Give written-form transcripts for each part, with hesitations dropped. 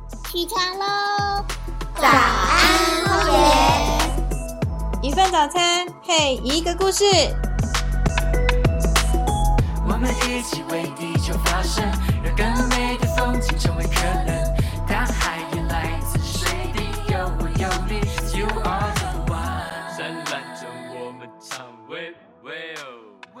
起床喽！ 早安，荒野。一份早餐配一个故事。 我们一起为地球发声，让更美的风景成为可能。大海也来自水滴，有我有你 ，You are the one。灿烂着我们唱喂喂哦。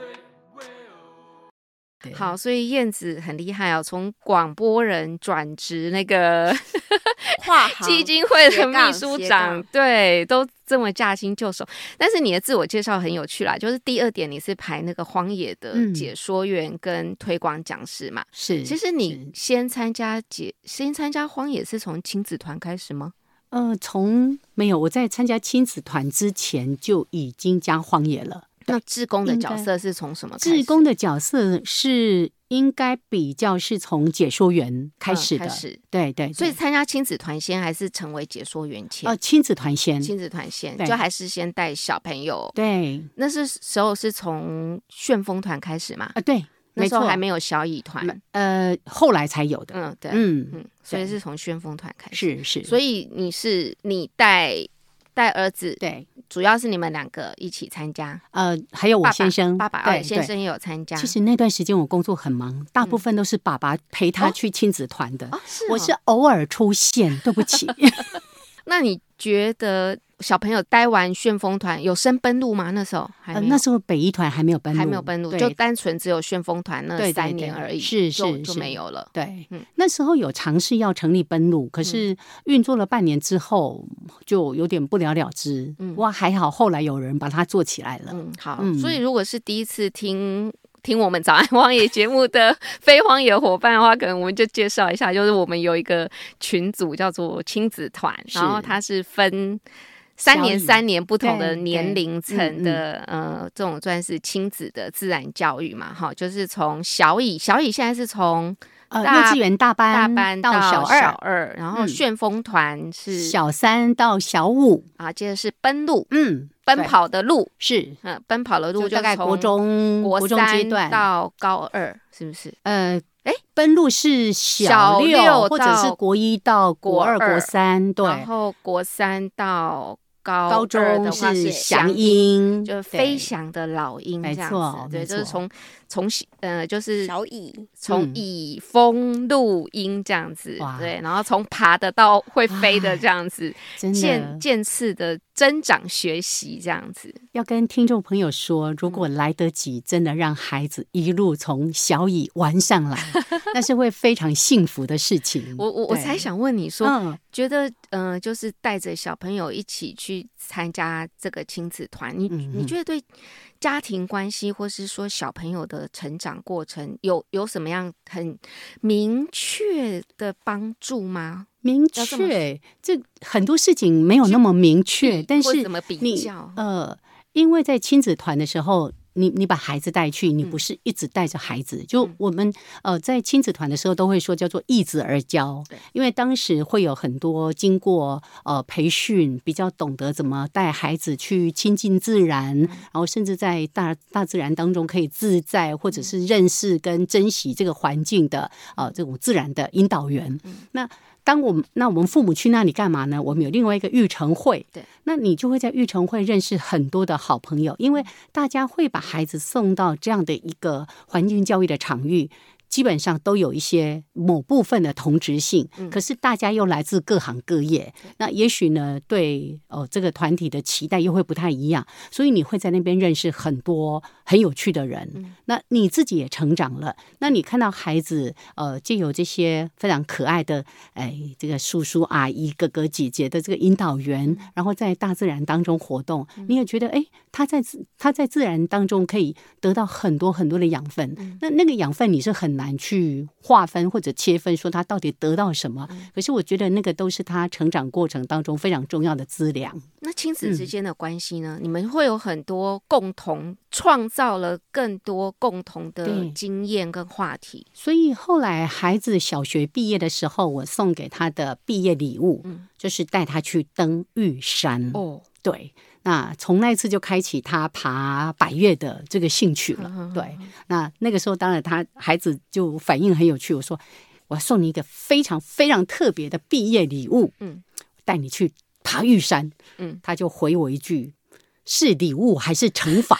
好，所以燕子很厉害哦，从广播人转职那个跨行基金会的秘书长，对，都这么驾轻就熟。但是你的自我介绍很有趣啦，就是第二点，你是排那个荒野的解说员跟推广讲师嘛？ 是。 其实你先参加荒野是从亲子团开始吗？ 没有，我在参加亲子团之前就已经加荒野了。 那志工的角色是从什么开始？ 志工的角色是应该比较是从解说员开始的，对对。 所以参加亲子团先还是成为解说员前？ 亲子团先， 就还是先带小朋友。 对， 那时候是从旋风团开始嘛？ 对， 那时候还没有小乙团， 后来才有的。 对，所以是从旋风团开始。是， 所以你带儿子， 对， 主要是你们两个一起参加。 还有我先生， 爸爸先生也有参加。 其实那段时间我工作很忙，大部分都是爸爸陪他去亲子团的，我是偶尔出现，对不起。 那你觉得小朋友待完旋风团有升奔路吗？那时候还没有， 那时候北一团还没有奔路， 就单纯只有旋风团那3年而已，就没有了。 对，那时候有尝试要成立奔路，可是运作了半年之后就有点不了了之。哇，还好后来有人把它做起来了。 好，所以如果是第一次听我们早安荒野节目的非荒野伙伴的话，可能我们就介绍一下，就是我们有一个群组叫做亲子团，然后它是分3年不同的年龄层的这种算是亲子的自然教育嘛，哈，就是从小乙现在是从幼稚园大班到小二，然后旋风团是小3到小5 啊，接着是奔路，奔跑的路是， 奔跑的路就大概国中阶段到高2，是不是？ 奔路是小6或者是国1到国2、国3，对， 然后国3到高中的话是翔鹰， 就是飞翔的老鹰，这样子。对，就是从就是小乙， 从乙风录鹰这样子，对，然后从爬的到会飞的这样子，渐次的增长学习这样子。 要跟听众朋友说，如果来得及，真的让孩子一路从小乙玩上来，那是会非常幸福的事情。 我才想问你说，觉得就是带着小朋友一起去参加这个亲子团，你觉得对家庭关系或是说小朋友的成长过程有什么样很明确的帮助吗？ 明确，这很多事情没有那么明确，但是怎么比较？ 因为在亲子团的时候，你把孩子带去，你不是一直带着孩子。就我们在亲子团的时候都会说叫做易子而教，因为当时会有很多经过培训，比较懂得怎么带孩子去亲近自然，然后甚至在大自然当中可以自在，或者是认识跟珍惜这个环境的这种自然的引导员。那我们父母去那里干嘛呢？我们有另外一个育成会，对，那你就会在育成会认识很多的好朋友，因为大家会把孩子送到这样的一个环境教育的场域，基本上都有一些某部分的同质性，可是大家又来自各行各业，那也许呢对这个团体的期待又会不太一样，所以你会在那边认识很多很有趣的人，那你自己也成长了，那你看到孩子藉由这些非常可爱的这个叔叔阿姨哥哥姐姐的这个引导员，然后在大自然当中活动，你也觉得他在自然当中可以得到很多很多的养分，那个养分你是很难去划分或者切分说他到底得到什么，可是我觉得那个都是他成长过程当中非常重要的资粮。 那亲子之间的关系呢？你们会有很多共同创造了更多共同的经验跟话题， 所以后来孩子小学毕业的时候，我送给他的毕业礼物，就是带他去登玉山。对，那从那一次就开启他爬百岳的这个兴趣了。对，那个时候当然孩子就反应很有趣，我说我要送你一个非常非常特别的毕业礼物，带你去爬玉山。他就回我一句：是礼物还是惩罚？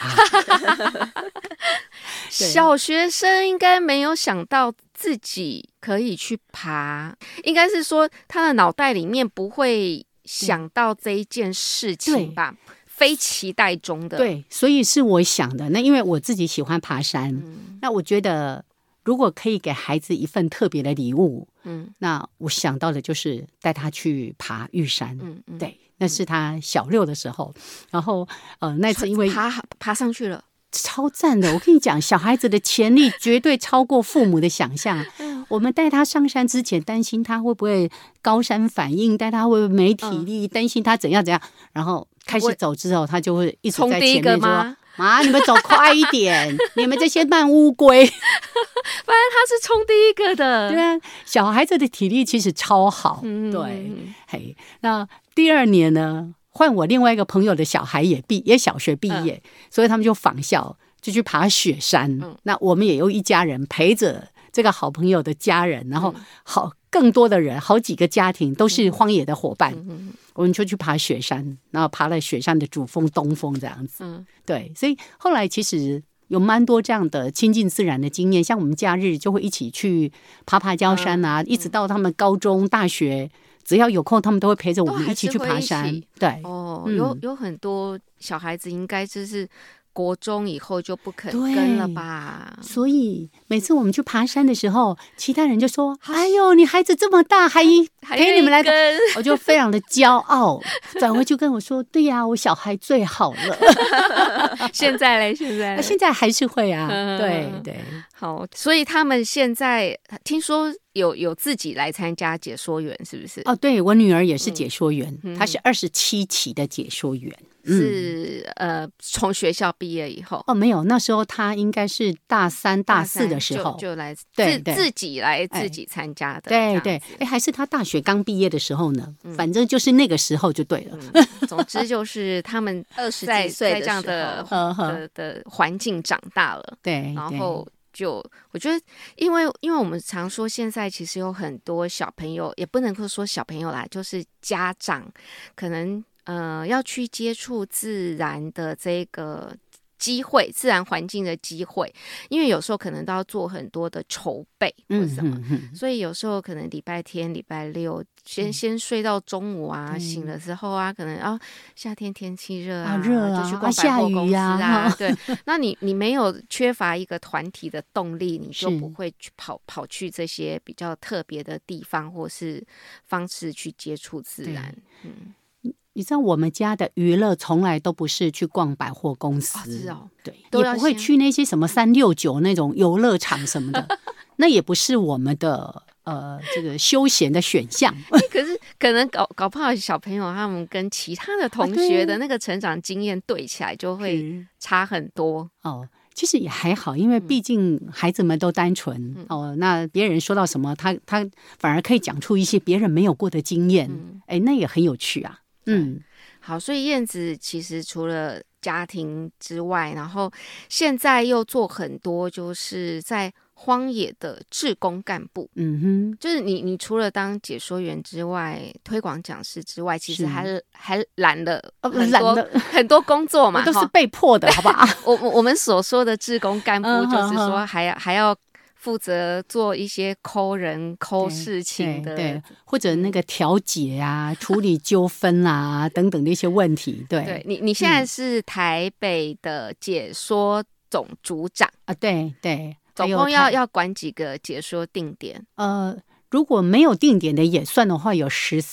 小学生应该没有想到自己可以去爬，应该是说他的脑袋里面不会想到这一件事情吧，非期待中的。 对，所以是我想的。那因为我自己喜欢爬山，那我觉得如果可以给孩子一份特别的礼物，那我想到的就是带他去爬玉山。对，那是他小6的时候，然后那次因为爬上去了。 超赞的！我跟你讲，小孩子的潜力绝对超过父母的想象。我们带他上山之前，担心他会不会高山反应，带他会不会没体力，担心他怎样怎样。然后开始走之后，他就会一直在前面说：“妈，你们走快一点，你们这些慢乌龟。” 不然他是冲第一个的。 对啊，小孩子的体力其实超好。对，嘿，那第2年呢？换我另外一个朋友的小孩也小学毕业，所以他们就仿效，就去爬雪山。那我们也有一家人陪着这个好朋友的家人，然后更多的人，好几个家庭都是荒野的伙伴，我们就去爬雪山，然后爬了雪山的主峰、东峰这样子。对，所以后来其实有蛮多这样的亲近自然的经验，像我们假日就会一起去爬礁山啊，一直到他们高中、大学。只要有空，他们都会陪着我们一起去爬山。对， 有很多小孩子应该就是国中以后就不肯跟了吧？ 所以每次我们去爬山的时候，其他人就说：“哎呦，你孩子这么大，还陪你们来跟。”我就非常的骄傲，转回去跟我说：“对呀，我小孩最好了。” 现在现在还是会啊，对。 好，所以他们现在听说有自己来参加解说员，是不是？ 哦，对，我女儿也是解说员，她是27期的解说员。 是从学校毕业以后没有，那时候她应该是大3、大4的时候就来自己参加的。 对，还是她大学刚毕业的时候呢。反正就是那个时候就对了。 总之就是他们 20几岁在这样的环境长大了。 对， 然后我觉得，因为我们常说现在其实有很多小朋友，也不能够说小朋友啦，就是家长可能要去接触自然的这个机会，自然环境的机会，因为有时候可能都要做很多的筹备或什么，所以有时候可能礼拜天、礼拜六先睡到中午啊，醒的时候啊，可能夏天天气热啊，就去逛百货公司啊，对，那你没有缺乏一个团体的动力，你就不会去跑去这些比较特别的地方或是方式去接触自然。 你知道我们家的娱乐从来都不是去逛百货公司，对，也不会去那些什么369那种游乐场什么的，那也不是我们的这个休闲的选项。 可是可能搞不好小朋友他们跟其他的同学的那个成长经验对起来就会差很多。 其实也还好，因为毕竟孩子们都单纯那别人说到什么，他反而可以讲出一些别人没有过的经验，那也很有趣啊。 好，所以燕子其实除了家庭之外，然后现在又做很多就是在荒野的志工干部。就是你除了当解说员之外，推广讲师之外，其实还揽了很多工作嘛， 都是被迫的，好不好？ 我们所说的志工干部，就是说还要负责做一些抠人抠事情的， 对，或者那个调解啊、处理纠纷啊等等的一些问题。对， 你现在是台北的解说总组长啊？对， 总共要管几个解说定点？ 如果没有定点的也算的话，有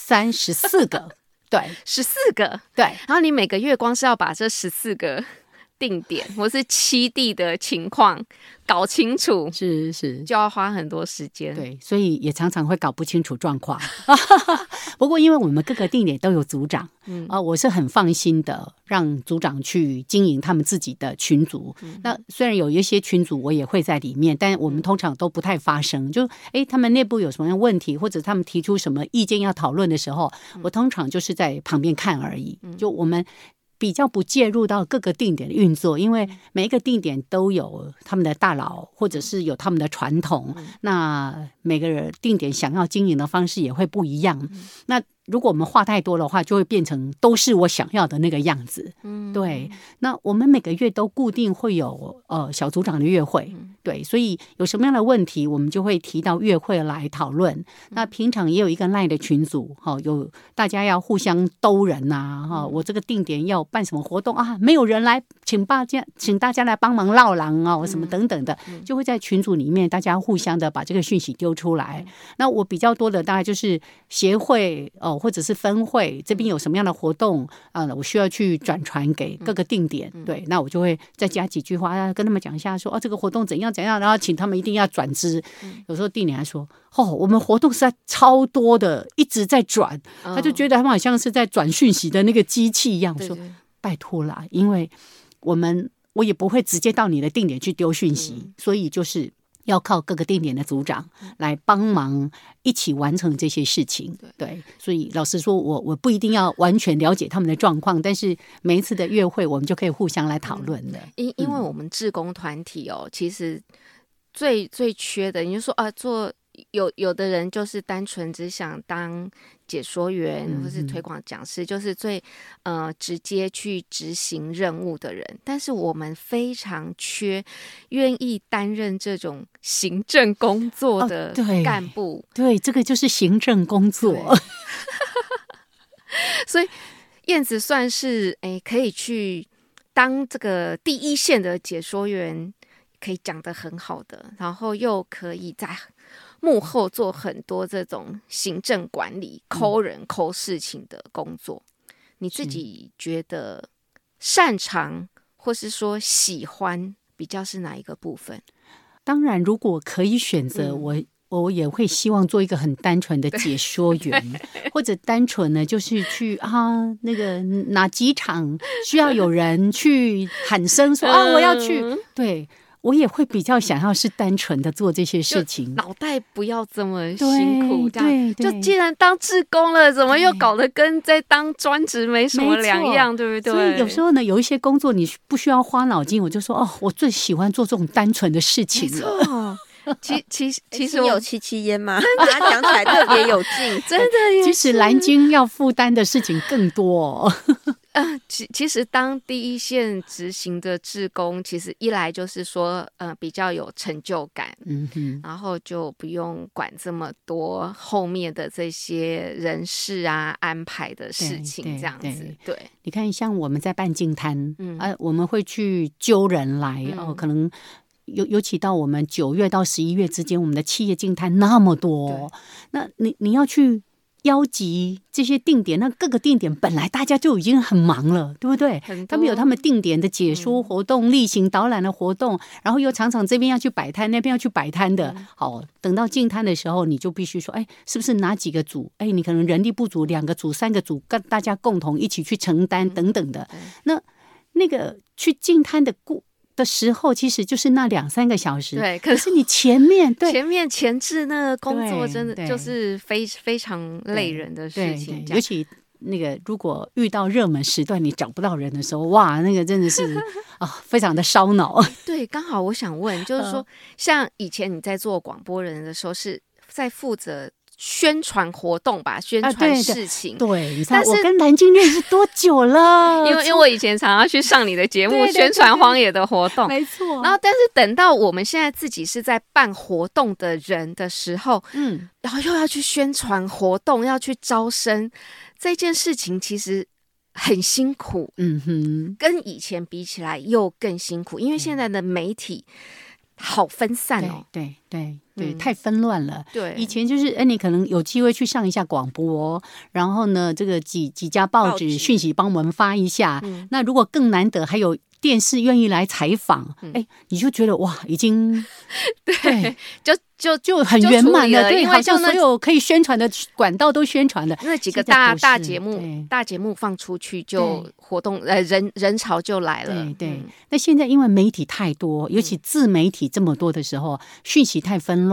13、14个。对 ，14个。 对， 然后你每个月光是要把这14个定点或是栖地的情况搞清楚， 是就要花很多时间。 对，所以也常常会搞不清楚状况。不过因为我们各个定点都有组长，我是很放心的让组长去经营他们自己的群组。那虽然有一些群组我也会在里面，但我们通常都不太发声。就他们内部有什么样问题，或者他们提出什么意见要讨论的时候，我通常就是在旁边看而已。就我们比较不介入到各个定点的运作，因为每一个定点都有他们的大佬，或者是有他们的传统，那每个定点想要经营的方式也会不一样。那如果我们话太多的话，就会变成都是我想要的那个样子。对。那我们每个月都固定会有小组长的月会，对，所以有什么样的问题，我们就会提到月会来讨论。那平常也有一个 LINE 的群组，有大家要互相兜人啊，我这个定点要办什么活动啊，没有人来，请大家来帮忙绕廊啊，什么等等的，就会在群组里面大家互相的把这个讯息丢出来。那我比较多的大概就是协会或者是分会这边有什么样的活动我需要去转传给各个定点，对，那我就会再加几句话跟他们讲一下说这个活动怎样怎样，然后请他们一定要转知。有时候定点还说我们活动实在超多的，一直在转，他就觉得他们好像是在转讯息的那个机器一样。说拜托啦，因为我也不会直接到你的定点去丢讯息，所以就是要靠各个定点的组长来帮忙一起完成这些事情。对，所以老实说我不一定要完全了解他们的状况，但是每一次的月会我们就可以互相来讨论的。 因为我们志工团体其实最缺的，你就说做有的人就是单纯只想当解说员或是推广讲师，就是最直接去执行任务的人，但是我们非常缺愿意担任这种行政工作的干部。 对，这个就是行政工作。 所以燕子算是可以去当这个第一线的解说员，可以讲得很好的，然后又可以在幕后做很多这种行政管理、抠人抠事情的工作。你自己觉得擅长或是说喜欢比较是哪一个部分？ 当然如果可以选择，我也会希望做一个很单纯的解说员，或者单纯的就是去那个哪几场需要有人去喊声说我要去，对，我也会比较想要是单纯的做这些事情， 脑袋不要这么辛苦。 对， 就既然当志工了，怎么又搞得跟在当专职没什么两样，对不对？ 所以有时候呢，有一些工作你不需要花脑筋，我就说我最喜欢做这种单纯的事情了。 其实有戚焉吗？把它讲起来特别有劲， 真的也是。 其实蓝鲸要负担的事情更多。 其实当第一线执行的志工，其实一来就是说比较有成就感，然后就不用管这么多后面的这些人事安排的事情，这样子。对， 你看像我们在办净滩，我们会去揪人来可能尤其到我们9月到11月之间，我们的企业净滩那么多，那你要去邀集这些定点，那各个定点本来大家就已经很忙了，对不对？他们有他们定点的解说活动、例行导览的活动，然后又常常这边要去摆摊，那边要去摆摊的。好，等到净滩的时候，你就必须说，是不是哪几个组？你可能人力不足，2个组、3个组，跟大家共同一起去承担等等的。那个去净滩的时候，其实就是那2-3个小时。 对， 可是你前面前置那个工作真的就是非常累人的事情。 尤其那个如果遇到热门时段你找不到人的时候，哇，那个真的是非常的烧脑。 对，刚好我想问，就是说，像以前你在做广播人的时候，是在负责宣传活动吧，宣传事情。 对，你看我跟蓝鲸认识多久了？ 因为我以前常常去上你的节目，宣传荒野的活动， 没错。 然后，但是等到我们现在自己是在办活动的人的时候，然后又要去宣传活动，要去招生，这件事情其实很辛苦。跟以前比起来又更辛苦，因为现在的媒体好分散哦。 对，太纷乱了。 对， 以前就是你可能有机会去上一下广播，然后呢，这个几家报纸讯息帮我们发一下。那如果更难得，还有电视愿意来采访，你就觉得哇，已经对， 就很圆满了。对， 因为好像所有可以宣传的管道都宣传了。 那几个大节目放出去，就活动人潮就来了。 对，那现在因为媒体太多，尤其自媒体这么多的时候，讯息太纷乱，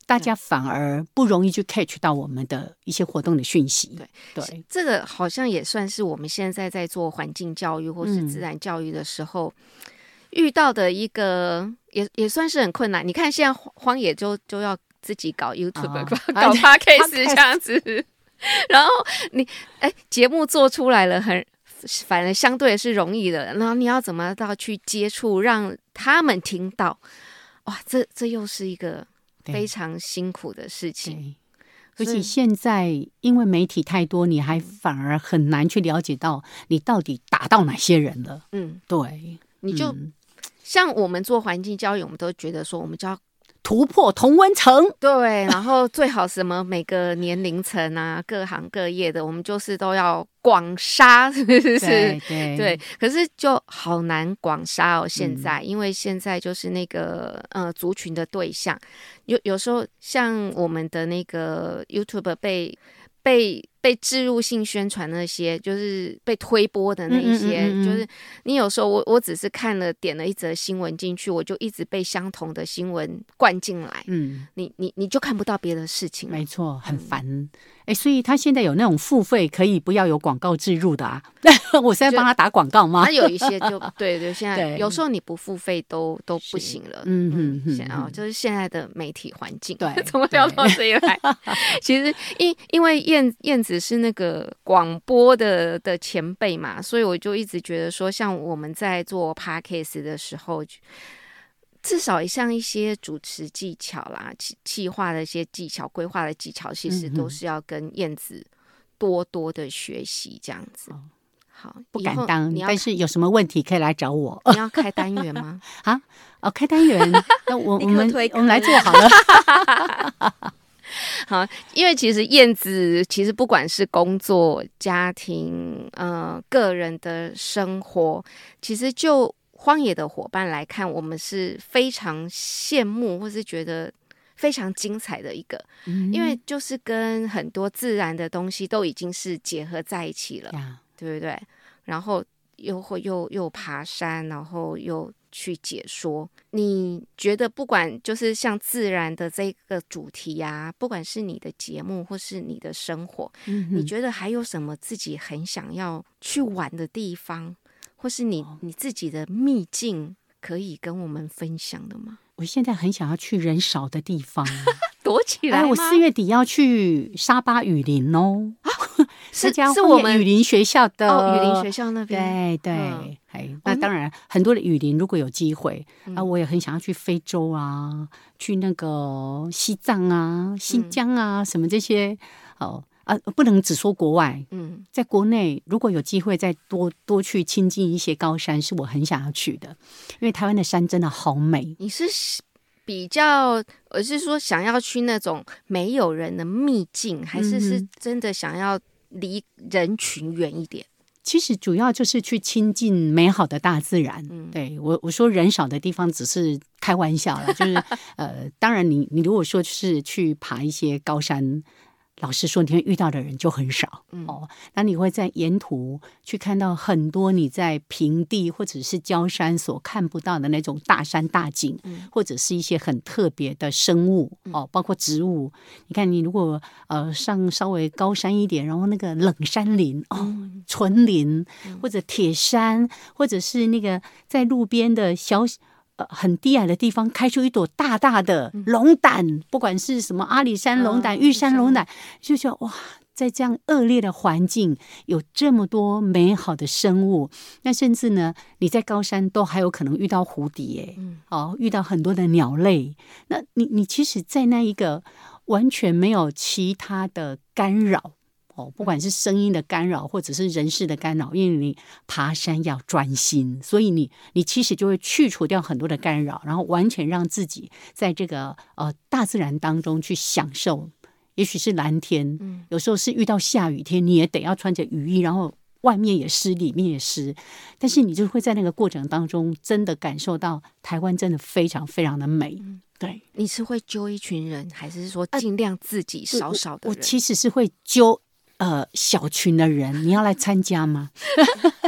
大家反而不容易去 catch 到我们的一些活动的讯息。对， 这个好像也算是我们现在在做环境教育或是自然教育的时候，遇到的一个也算是很困难。你看现在荒野就要自己搞 YouTube、搞 Podcast 这样子，然后你节目做出来了，反而相对是容易的，然后你要怎么到去接触，让他们听到，哇，这又是一个非常辛苦的事情。 而且现在因为媒体太多，你还反而很难去了解到你到底打到哪些人了。对， 你就像我们做环境教育，我们都觉得说我们就要突破同温层， 对，然后最好什么每个年龄层啊，各行各业的，我们就是都要广杀，是不是？对。可是就好难广杀哦，现在，因为现在就是那个族群的对象，有时候像我们的那个 YouTube 被置入性宣传那些，就是被推播的那一些，就是你有时候我只是点了一则新闻进去，我就一直被相同的新闻灌进来，你就看不到别的事情了。 没错，很烦。所以他现在有那种付费可以不要有广告置入的啊，我是在帮他打广告吗？ 他有一些就对，现在有时候你不付费都不行了。就是现在的媒体环境， 对， 怎么聊到这里来？其实因为燕子是那个广播的前辈嘛，所以我就一直觉得说，像我们在做 Podcast 的时候，至少像一些主持技巧啦、企划的一些技巧、规划的技巧，其实都是要跟燕子多多的学习，这样子。好， 不敢当，但是有什么问题可以来找我。 你要开单元吗？ 开单元，那我们来做好了。 好，因为其实燕子不管是工作、家庭、个人的生活，其实就荒野的伙伴来看，我们是非常羡慕或是觉得非常精彩的一个，因为就是跟很多自然的东西都已经是结合在一起了，对不对？然后又爬山，然后又去解说。你觉得不管就是像自然的这个主题啊，不管是你的节目或是你的生活，你觉得还有什么自己很想要去玩的地方，或是你自己的秘境可以跟我们分享的吗？ 我现在很想要去人少的地方， 躲起来吗？ 我4月底要去沙巴雨林哦， 是我们雨林学校的雨林学校那边， 对。那当然，很多的雨林如果有机会我也很想要去非洲啊，去那个西藏啊、新疆啊，什么这些不能只说国外，在国内如果有机会再多去亲近一些高山，是我很想要去的，因为台湾的山真的好美。 你是比较，我是说想要去那种没有人的秘境，还是真的想要离人群远一点？ 其实主要就是去亲近美好的大自然。对，我说人少的地方只是开玩笑啦，就是当然你如果说是去爬一些高山，老实说，你会遇到的人就很少那你会在沿途去看到很多你在平地或者是郊山所看不到的那种大山大景，或者是一些很特别的生物包括植物。你看，你如果上稍微高山一点，然后那个冷山林纯林，或者铁山，或者是那个在路边的很低矮的地方开出一朵大大的龙胆，不管是什么阿里山龙胆、玉山龙胆，就觉得哇，在这样恶劣的环境有这么多美好的生物。那甚至呢，你在高山都还有可能遇到蝴蝶遇到很多的鸟类。那你其实在那一个完全没有其他的干扰不管是声音的干扰或者是人事的干扰，因为你爬山要专心，所以你其实就会去除掉很多的干扰，然后完全让自己在这个大自然当中去享受。也许是蓝天，有时候是遇到下雨天，你也得要穿着雨衣，然后外面也湿，里面也湿，但是你就会在那个过程当中真的感受到台湾真的非常非常的美。对， 你是会揪一群人，还是说尽量自己少少的人？ 我其实是会揪小群的人，你要来参加吗？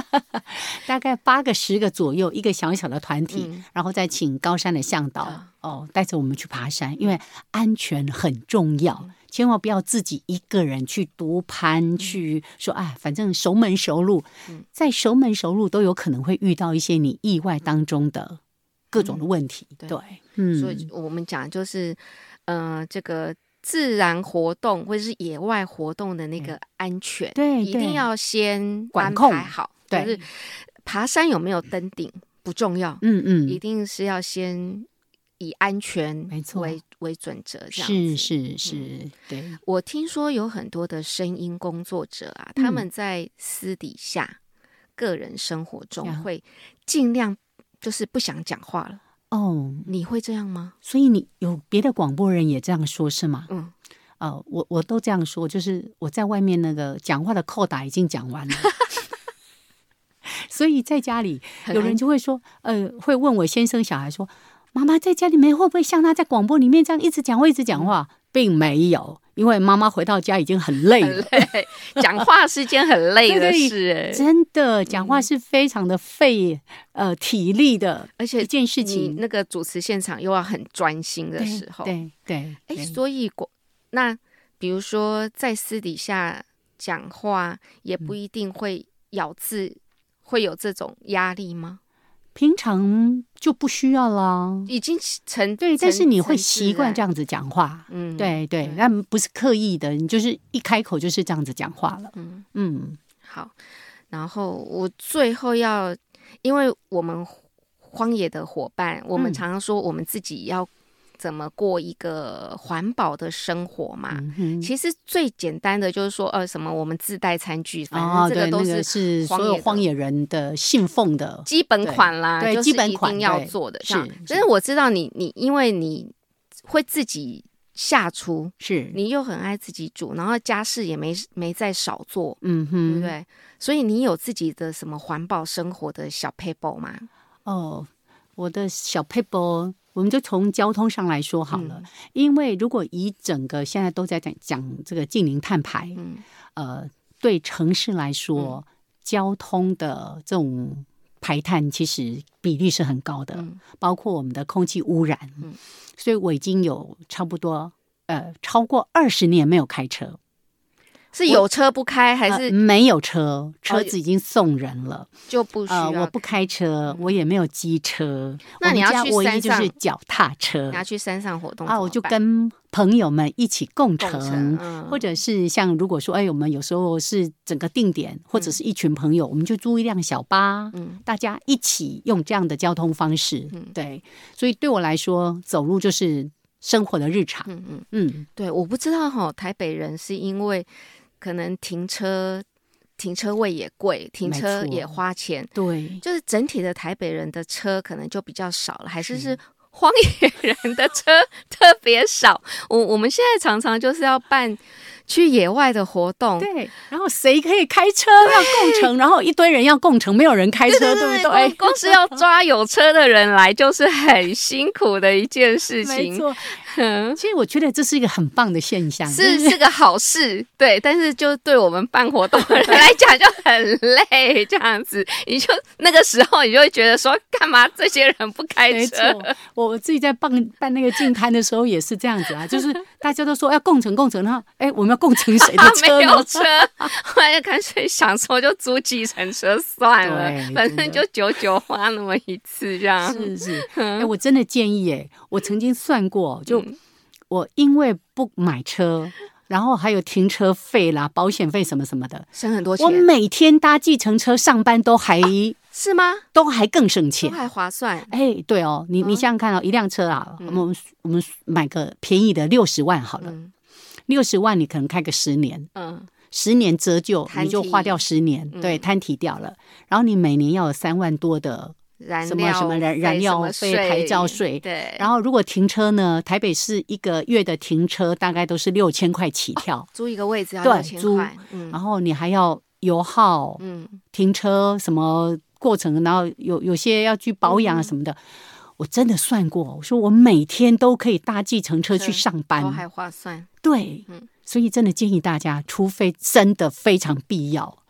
大概8个10个左右，一个小小的团体，然后再请高山的向导带着我们去爬山，因为安全很重要。千万不要自己一个人去独攀，去说反正熟门熟路，在熟门熟路都有可能会遇到一些你意外当中的各种的问题。对， 所以我们讲就是这个自然活动或者是野外活动的那个安全， 对， 一定要先管控好。就是爬山有没有登顶不重要，一定是要先以安全为准则，这样子。 是，对。 我听说有很多的声音工作者啊，他们在私底下、个人生活中会尽量就是不想讲话了。你会这样吗？ 所以你有别的广播人也这样说是吗？我都这样说，就是我在外面那个讲话的扣打已经讲完了。所以在家里有人就会说会问我先生小孩说，妈妈在家里面会不会像他在广播里面这样一直讲话？并没有，因为妈妈回到家已经很累了。 讲话是件很累的事。 真的讲话是非常的费体力的， 而且一件事情， 你那个主持现场又要很专心的时候。 对。 所以那比如说在私底下讲话也不一定会咬字，会有这种压力吗？ 平常就不需要啦， 已经对，但是你会习惯这样子讲话，对，但不是刻意的，你就是一开口就是这样子讲话了， 好，然后我最后因为我们荒野的伙伴，我们常常说我们自己要怎么过一个环保的生活嘛，其实最简单的就是说什么我们自带餐具，反正这个都是所有荒野人的信奉的基本款啦， 对， 就是一定要做的。但是我知道你因为你会自己下厨，是你又很爱自己煮，然后家事也没再少做，对不对？所以你有自己的什么环保生活的小撇步吗？ 我的小撇步，我们就从交通上来说好了，因为如果以整个现在都在讲这个净零碳排，对城市来说，交通的这种排碳其实比例是很高的，包括我们的空气污染，所以我已经有差不多超过20年没有开车。 是有车不开还是没有车？车子已经送人了， 就不需要。 我不开车，我也没有机车。 那你要去唯一就是脚踏车。 你要去山上活动我就跟朋友们一起共乘，或者是像如果说我们有时候是整个定点，或者是一群朋友，我们就租一辆小巴，大家一起用这样的交通方式。对，所以对我来说，走路就是生活的日常。 对，我不知道台北人是因为可能停车位也贵，停车也花钱， 对， 就是整体的台北人的车可能就比较少了，还是荒野人的车特别少。我们现在常常就是要办去野外的活动， 对，然后谁可以开车要共乘，然后一堆人要共乘，没有人开车，对不对？ 光是要抓有车的人来，就是很辛苦的一件事情。 没错，其实我觉得这是一个很棒的现象， 是个好事，对。但是就对我们办活动的人来讲就很累，这样子，你就那个时候你就会觉得说，干嘛这些人不开车？ 没错，我自己在办那个净滩的时候也是这样子啊，就是大家都说要共乘，然后我们要共乘谁的车呢？ 没有车，后来就干脆想说就租计程车算了，反正就久花那么一次这样。 是，我真的建议我曾经算过，就我因为不买车，然后还有停车费啦、保险费什么什么的， 省很多钱。 我每天搭计程车上班都还是吗？ 都还更省钱， 都还划算。 对哦，你想想看一辆车啊，我们买个便宜的60万好了。60万你可能开个10年，10年折旧你就花掉10年，对，摊提掉了。然后你每年要有3万多的什么燃料费、牌照税， 对。 然后如果停车呢，台北市一个月的停车大概都是6000块起跳， 租一个位置要6000块， 然后你还要油耗，停车什么过程，然后有些要去保养什么的。我真的算过，我说我每天都可以搭计程车去上班， 都还划算。 对，所以真的建议大家，除非真的非常必要，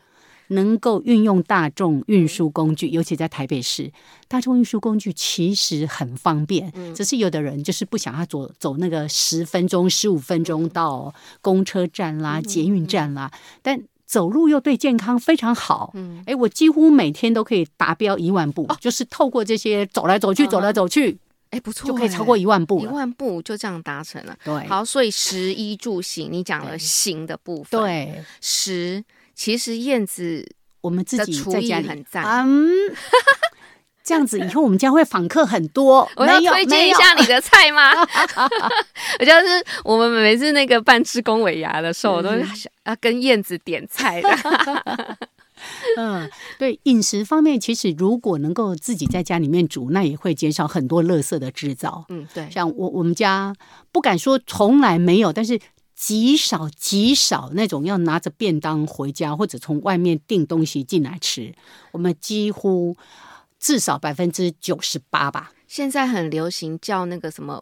能够运用大众运输工具，尤其在台北市，大众运输工具其实很方便，只是有的人就是不想要走那个10分钟、15分钟到公车站啦、捷运站啦，但走路又对健康非常好。我几乎每天都可以达标1万步，就是透过这些走来走去、走来走去。 不错， 就可以超过1万步了。 1万步就这样达成了。 对， 好，所以食衣住行，你讲了行的部分。 对， 食其实燕子我们自己在家里很赞。 这样子以后我们家会访客很多。 我要推荐一下你的菜吗？我就是我们每次那个办志工尾牙的时候，我都要跟燕子点菜的。 对，饮食方面，其实如果能够自己在家里面煮，那也会减少很多垃圾的制造。 对， 像我们家不敢说从来没有，但是极少那种要拿着便当回家或者从外面订东西进来吃，我们几乎至少98%吧。 现在很流行叫那个什么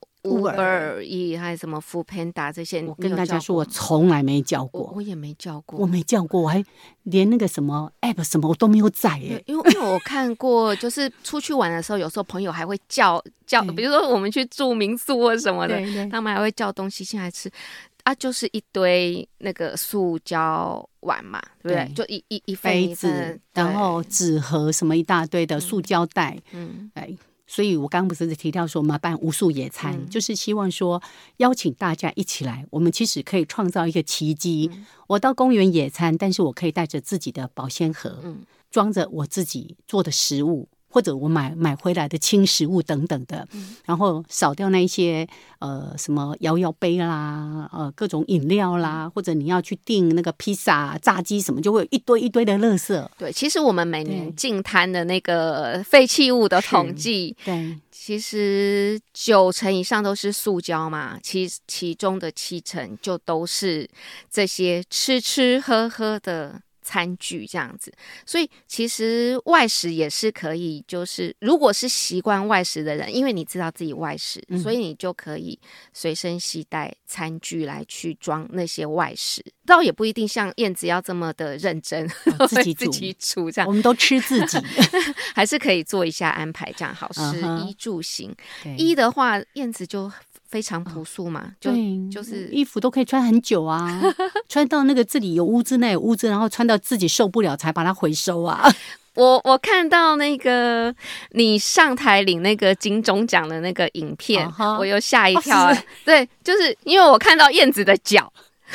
Uber 还有什么 Foodpanda 这些， 我跟大家说，我从来没叫过， 我也没叫过， 我还连那个什么 App 什么我都没有载耶。 因为我看过，就是出去玩的时候，有时候朋友还会叫，比如说我们去住民宿或什么的，他们还会叫东西进来吃。就是一堆那个塑胶碗嘛，对不对？就一杯子， 然后纸盒什么一大堆的塑胶袋，所以我刚刚不是提到说我们办无数野餐，就是希望说邀请大家一起来，我们其实可以创造一个奇迹。我到公园野餐，但是我可以带着自己的保鲜盒，装着我自己做的食物。或者我买回来的轻食物等等的，然后少掉那一些什么摇杯啦，各种饮料啦，或者你要去订那个披萨、炸鸡什么，就会有一堆一堆的垃圾。 对，其实我们每年净滩的那个废弃物的统计， 对， 其实90%以上都是塑胶嘛，其中的70%就都是这些吃喝喝的餐具这样子。所以其实外食也是可以，就是如果是习惯外食的人，因为你知道自己外食，所以你就可以随身携带餐具来去装那些外食，倒也不一定像燕子要这么的认真，自己煮这样， 我们都吃自己还是可以做一下安排，这样好。食衣住行，衣的话燕子就非常朴素嘛，就是衣服都可以穿很久啊，穿到那个这里有污渍那有污渍，然后穿到自己受不了才把它回收啊。 我看到那个你上台领那个金钟奖的那个影片，我又吓一跳。对，就是因为我看到燕子的脚。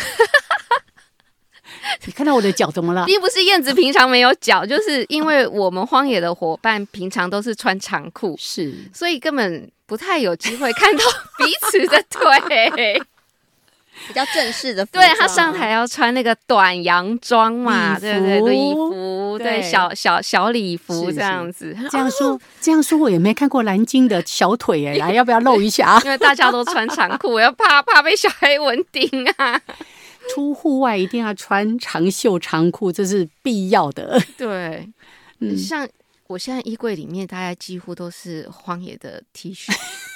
你看到我的脚怎么了？ 并不是燕子平常没有脚，就是因为我们荒野的伙伴平常都是穿长裤， 是， 所以根本不太有机会看到彼此的腿。 比较正式的服装，对，他上台要穿那个短洋装嘛，对礼服，对小礼服这样子。 这样说我也没看过蓝鲸的小腿哎，来要不要露一下？ 因为大家都穿长裤，要怕被小黑蚊叮啊。 出户外一定要穿长袖长裤，这是必要的。 对，像我现在衣柜里面大概几乎都是荒野的 T 恤。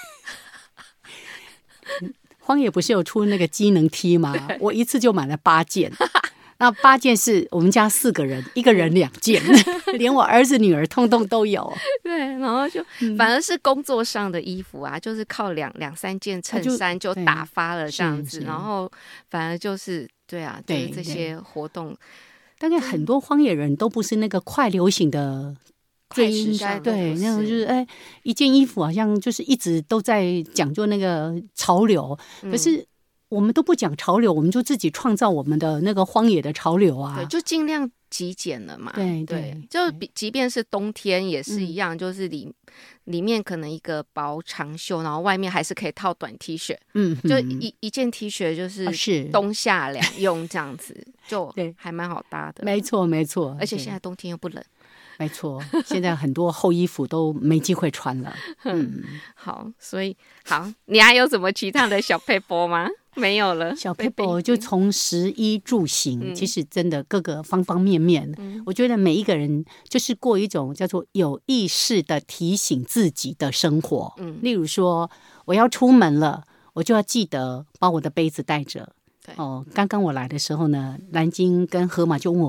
荒野不是有出那个机能 T 吗？我一次就买了8件，那8件是我们家4个人，一个人2件，连我儿子女儿通通都有。 对，然后就反而是工作上的衣服啊，就是靠两三件衬衫就打发了这样子，然后反而就是对啊，就是这些活动， 大概很多荒野人都不是那个快流行的。 最应该对，那种就是一件衣服好像就是一直都在讲究那个潮流，可是我们都不讲潮流，我们就自己创造我们的那个荒野的潮流啊， 对，就尽量极简了嘛，对，就即便是冬天也是一样，就是里面可能一个薄长袖，然后外面还是可以套短 T 恤，就一件 T 恤就是冬夏两用这样子，就还蛮好搭的， 没错， 而且现在冬天又不冷。 没错，现在很多厚衣服都没机会穿了。 好，所以你还有什么其他的小撇步吗？没有了。 小撇步就从食衣住行，其实真的各个方方面面，我觉得每一个人就是过一种叫做有意识的提醒自己的生活。例如说，我要出门了，我就要记得把我的杯子带着。刚刚我来的时候呢，蓝鲸跟河马就问我。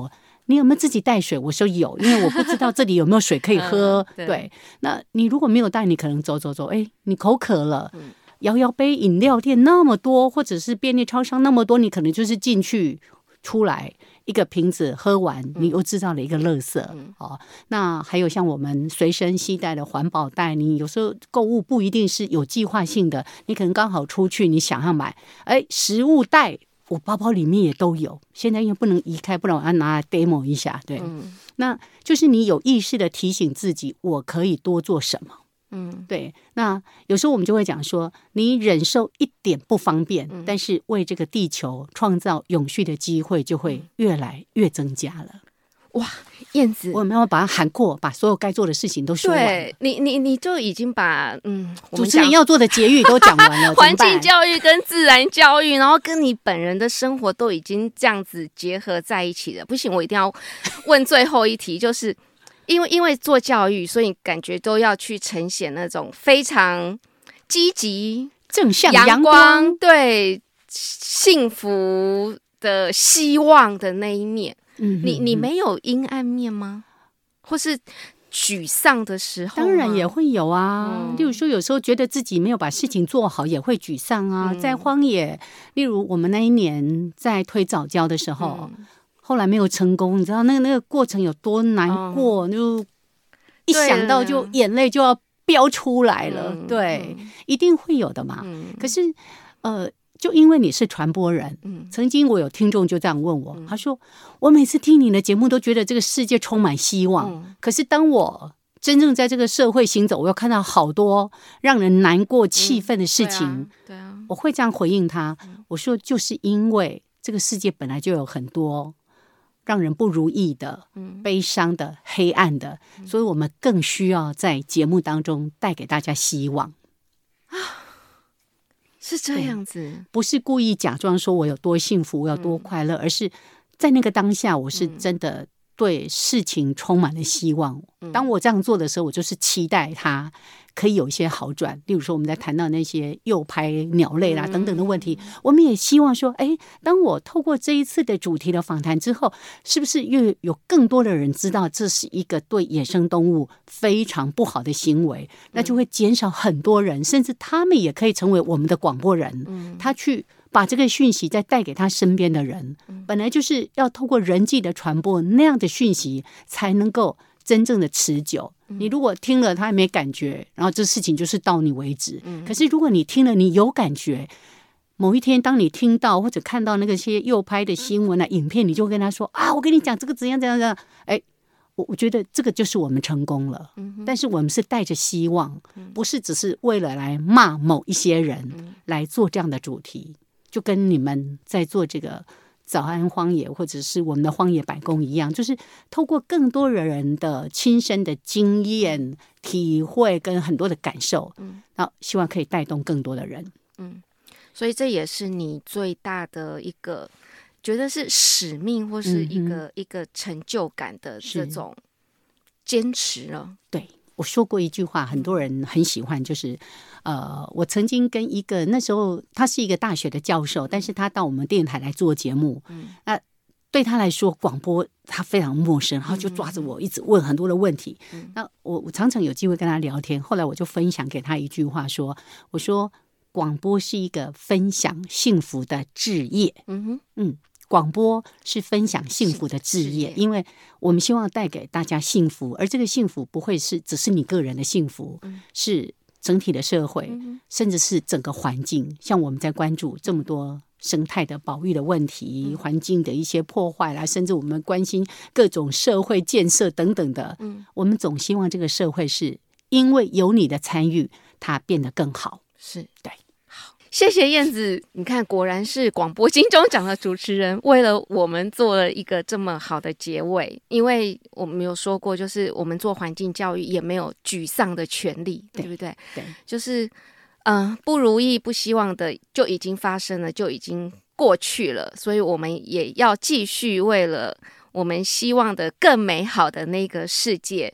你有没有自己带水？我说有，因为我不知道这里有没有水可以喝。对，那你如果没有带，你可能走，你口渴了，摇摇杯，饮料店那么多，或者是便利超商那么多，你可能就是进去出来一个瓶子喝完，你又制造了一个垃圾。那还有像我们随身携带的环保袋，你有时候购物不一定是有计划性的，你可能刚好出去，你想要买，食物袋我包包里面也都有，现在因为不能移开，不然我要拿来 demo 一下。对，那就是你有意识的提醒自己，我可以多做什么。对，那有时候我们就会讲说，你忍受一点不方便，但是为这个地球创造永续的机会就会越来越增加了。 哇，燕子， 我们要把它喊过，把所有该做的事情都说完了。 对，你就已经把主持人要做的结语都讲完了， 环境教育跟自然教育，然后跟你本人的生活都已经这样子结合在一起了。不行，我一定要问最后一题，就是因为做教育，所以感觉都要去呈现那种非常积极、 正向、 阳光，对，幸福的希望的那一面。你没有阴暗面吗？或是沮丧的时候？ 当然也会有啊。例如说，有时候觉得自己没有把事情做好，也会沮丧啊。在荒野，例如我们那一年在推早教的时候，后来没有成功，你知道那个过程有多难过，就一想到就眼泪就要飙出来了。对，一定会有的嘛。可是就因为你是传播人，曾经我有听众就这样问我，他说我每次听你的节目都觉得这个世界充满希望，可是当我真正在这个社会行走，我又看到好多让人难过气愤的事情，我会这样回应他，我说就是因为这个世界本来就有很多让人不如意的、悲伤的、黑暗的，所以我们更需要在节目当中带给大家希望啊。是这样子， 不是故意假装说我有多幸福，我有多快乐，而是在那个当下，我是真的对事情充满了希望。当我这样做的时候，我就是期待它可以有一些好转。例如说，我们在谈到那些诱拍鸟类啦等等的问题，我们也希望说，当我透过这一次的主题的访谈之后，是不是又有更多的人知道这是一个对野生动物非常不好的行为，那就会减少很多人，甚至他们也可以成为我们的广播人，他去把这个讯息再带给他身边的人。本来就是要透过人际的传播，那样的讯息才能够真正的持久。你如果听了他也没感觉，然后这事情就是到你为止。可是如果你听了你有感觉，某一天当你听到或者看到那些诱拍的新闻影片，你就跟他说啊，我跟你讲这个怎样怎样怎样。我觉得这个就是我们成功了。但是我们是带着希望，不是只是为了来骂某一些人来做这样的主题。就跟你们在做这个早安荒野或者是我们的荒野百工一样，就是透过更多人的亲身的经验体会跟很多的感受，然后希望可以带动更多的人。 所以这也是你最大的一个觉得是使命或是一个成就感的这种坚持了。对， 我说过一句话，很多人很喜欢，就是我曾经跟一个那时候他是一个大学的教授，但是他到我们电台来做节目，那对他来说广播他非常陌生，然后就抓着我一直问很多的问题。那我常常有机会跟他聊天，后来我就分享给他一句话说，我说广播是一个分享幸福的志业。广播是分享幸福的志业，因为我们希望带给大家幸福，而这个幸福不会是只是你个人的幸福，是整体的社会，甚至是整个环境。像我们在关注这么多生态的保育的问题，环境的一些破坏啦，甚至我们关心各种社会建设等等的，我们总希望这个社会是因为有你的参与，它变得更好。是，对。 谢谢燕子，你看果然是广播金钟奖的主持人，为了我们做了一个这么好的结尾。因为我们有说过，就是我们做环境教育也没有沮丧的权利， 对不对？对，就是不如意不希望的就已经发生了，就已经过去了，所以我们也要继续为了我们希望的更美好的那个世界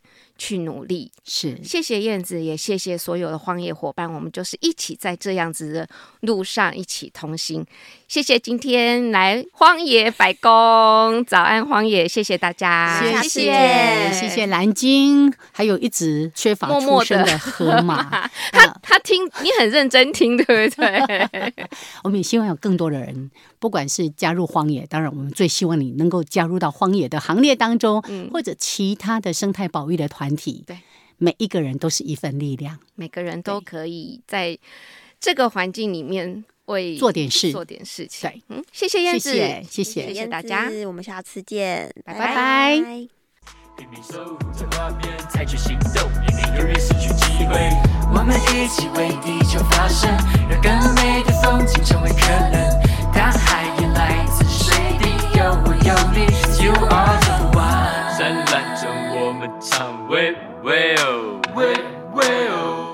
去努力。 是， 谢谢燕子，也谢谢所有的荒野伙伴，我们就是一起在这样子的路上一起同行。谢谢今天来荒野百工，早安荒野，谢谢大家， 谢谢蓝鲸，还有一直缺乏出声的河马。 他听你很认真听，对不对？ 我们也希望有更多的人，不管是加入荒野，当然我们最希望你能够加入到荒野的行列当中，或者其他的生态保育的团体。对，每一个人都是一份力量， 每个人都可以在这个环境里面为做点事情。对，谢谢燕子， 谢谢大家， 我们下次见， 拜拜。 拼命守护着画面，采取行动，以免永远失去机会。我们一起为地球发声，让更美的风景成为可能。大海也来自水滴，有我有你 ，You are the one。灿烂中我们唱，喂喂哦，喂喂哦。